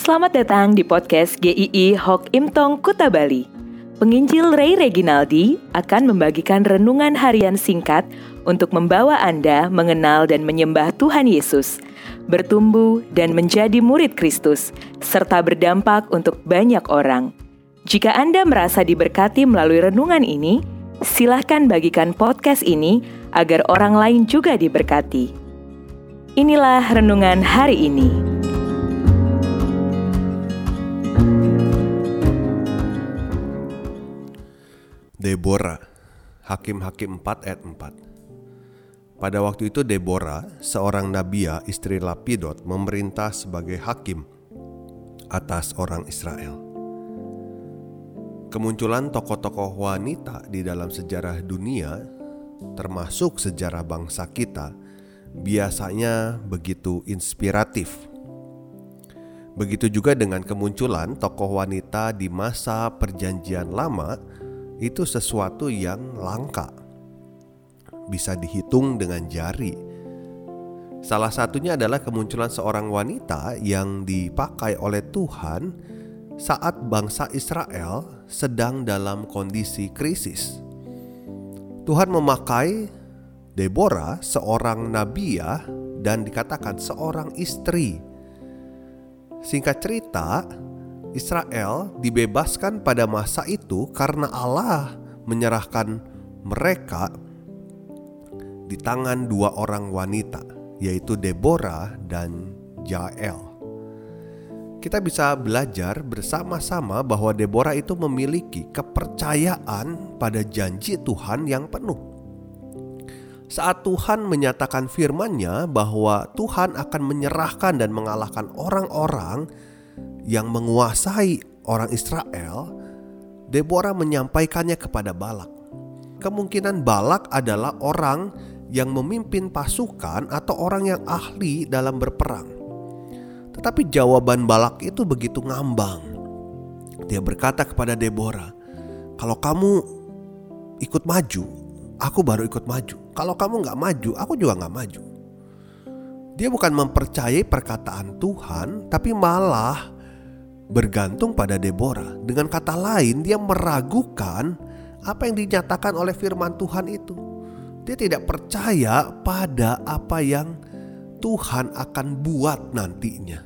Selamat datang di podcast GII Hok Imtong Kuta Bali. Penginjil Ray Reginaldi akan membagikan renungan harian singkat untuk membawa Anda mengenal dan menyembah Tuhan Yesus, bertumbuh dan menjadi murid Kristus, serta berdampak untuk banyak orang. Jika Anda merasa diberkati melalui renungan ini, silahkan bagikan podcast ini agar orang lain juga diberkati. Inilah renungan hari ini. Deborah, Hakim-Hakim 4 ayat 4. Pada waktu itu Deborah, seorang nabia istri Lapidot, memerintah sebagai hakim atas orang Israel. Kemunculan tokoh-tokoh wanita di dalam sejarah dunia, termasuk sejarah bangsa kita, biasanya begitu inspiratif. Begitu juga dengan kemunculan tokoh wanita di masa Perjanjian Lama. Itu sesuatu yang langka, bisa dihitung dengan jari. Salah satunya adalah kemunculan seorang wanita yang dipakai oleh Tuhan saat bangsa Israel sedang dalam kondisi krisis. Tuhan memakai Deborah, seorang nabiah, dan dikatakan seorang istri. Singkat cerita, Israel dibebaskan pada masa itu karena Allah menyerahkan mereka di tangan dua orang wanita, yaitu Deborah dan Jael. Kita bisa belajar bersama-sama bahwa Deborah itu memiliki kepercayaan pada janji Tuhan yang penuh. Saat Tuhan menyatakan firman-Nya bahwa Tuhan akan menyerahkan dan mengalahkan orang-orang yang menguasai orang Israel, Deborah menyampaikannya kepada Balak. Kemungkinan Balak adalah orang yang memimpin pasukan atau orang yang ahli dalam berperang. Tetapi jawaban Balak itu begitu ngambang. Dia berkata kepada Deborah, "Kalau kamu ikut maju, aku baru ikut maju. Kalau kamu gak maju, aku juga gak maju." Dia bukan mempercayai perkataan Tuhan, tapi malah bergantung pada Deborah. Dengan kata lain, dia meragukan apa yang dinyatakan oleh firman Tuhan itu. Dia tidak percaya pada apa yang Tuhan akan buat nantinya.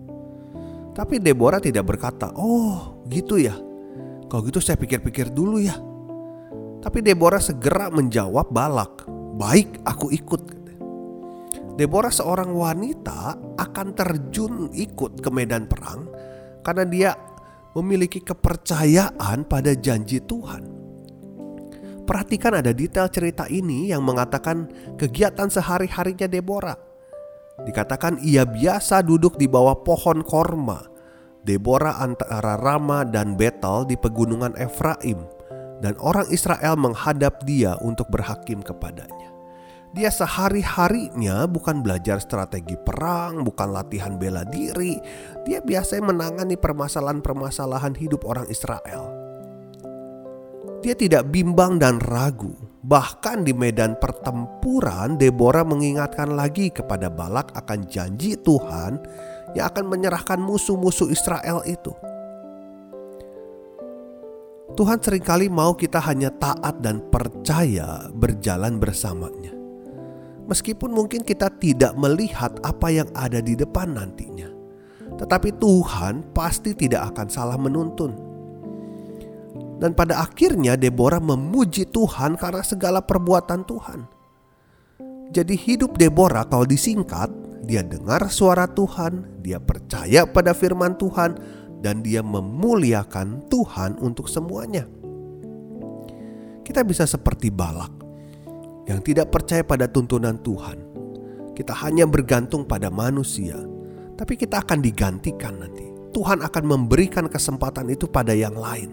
Tapi Deborah tidak berkata, "Oh gitu ya, kalau gitu saya pikir-pikir dulu ya." Tapi Deborah segera menjawab Balak, "Baik, aku ikut." Deborah seorang wanita akan terjun ikut ke medan perang karena dia memiliki kepercayaan pada janji Tuhan. Perhatikan ada detail cerita ini yang mengatakan kegiatan sehari-harinya Deborah. Dikatakan ia biasa duduk di bawah pohon korma. Deborah antara Rama dan Betel di pegunungan Efraim, dan orang Israel menghadap dia untuk berhakim kepadanya. Dia sehari-harinya bukan belajar strategi perang, bukan latihan bela diri. Dia biasanya menangani permasalahan-permasalahan hidup orang Israel. Dia tidak bimbang dan ragu. Bahkan di medan pertempuran, Deborah mengingatkan lagi kepada Balak akan janji Tuhan yang akan menyerahkan musuh-musuh Israel itu. Tuhan seringkali mau kita hanya taat dan percaya berjalan bersamanya. Meskipun mungkin kita tidak melihat apa yang ada di depan nantinya, tetapi Tuhan pasti tidak akan salah menuntun. Dan pada akhirnya Deborah memuji Tuhan karena segala perbuatan Tuhan. Jadi hidup Deborah kalau disingkat, dia dengar suara Tuhan, dia percaya pada firman Tuhan, dan dia memuliakan Tuhan untuk semuanya. Kita bisa seperti Balak yang tidak percaya pada tuntunan Tuhan. Kita hanya bergantung pada manusia, tapi kita akan digantikan nanti. Tuhan akan memberikan kesempatan itu pada yang lain.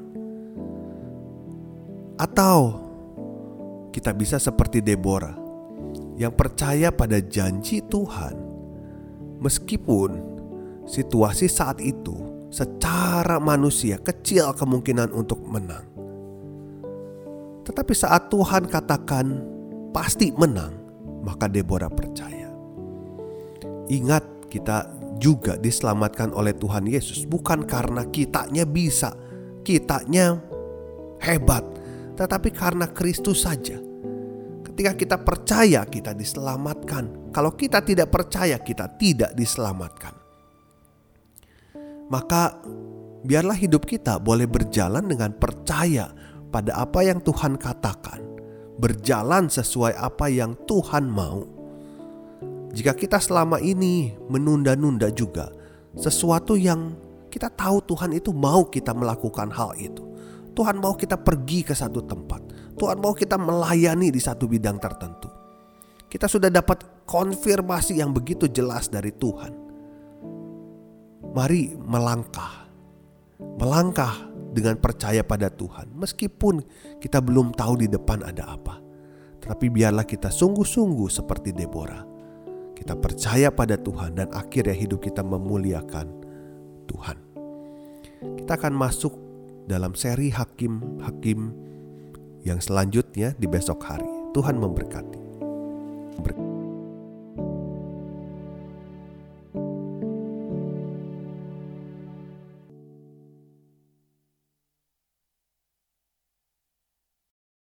Atau kita bisa seperti Deborah yang percaya pada janji Tuhan, meskipun situasi saat itu secara manusia kecil kemungkinan untuk menang. Tetapi saat Tuhan katakan pasti menang, maka Deborah percaya. Ingat, kita juga diselamatkan oleh Tuhan Yesus bukan karena kitanya bisa, kitanya hebat, tetapi karena Kristus saja. Ketika kita percaya, kita diselamatkan. Kalau kita tidak percaya, kita tidak diselamatkan. Maka biarlah hidup kita boleh berjalan dengan percaya pada apa yang Tuhan katakan, berjalan sesuai apa yang Tuhan mau. Jika kita selama ini menunda-nunda juga sesuatu yang kita tahu Tuhan itu mau kita melakukan hal itu. Tuhan mau kita pergi ke satu tempat. Tuhan mau kita melayani di satu bidang tertentu. Kita sudah dapat konfirmasi yang begitu jelas dari Tuhan. Mari melangkah dengan percaya pada Tuhan. Meskipun kita belum tahu di depan ada apa. Tapi biarlah kita sungguh-sungguh seperti Deborah. Kita percaya pada Tuhan dan akhirnya hidup kita memuliakan Tuhan. Kita akan masuk dalam seri Hakim yang selanjutnya di besok hari. Tuhan memberkati.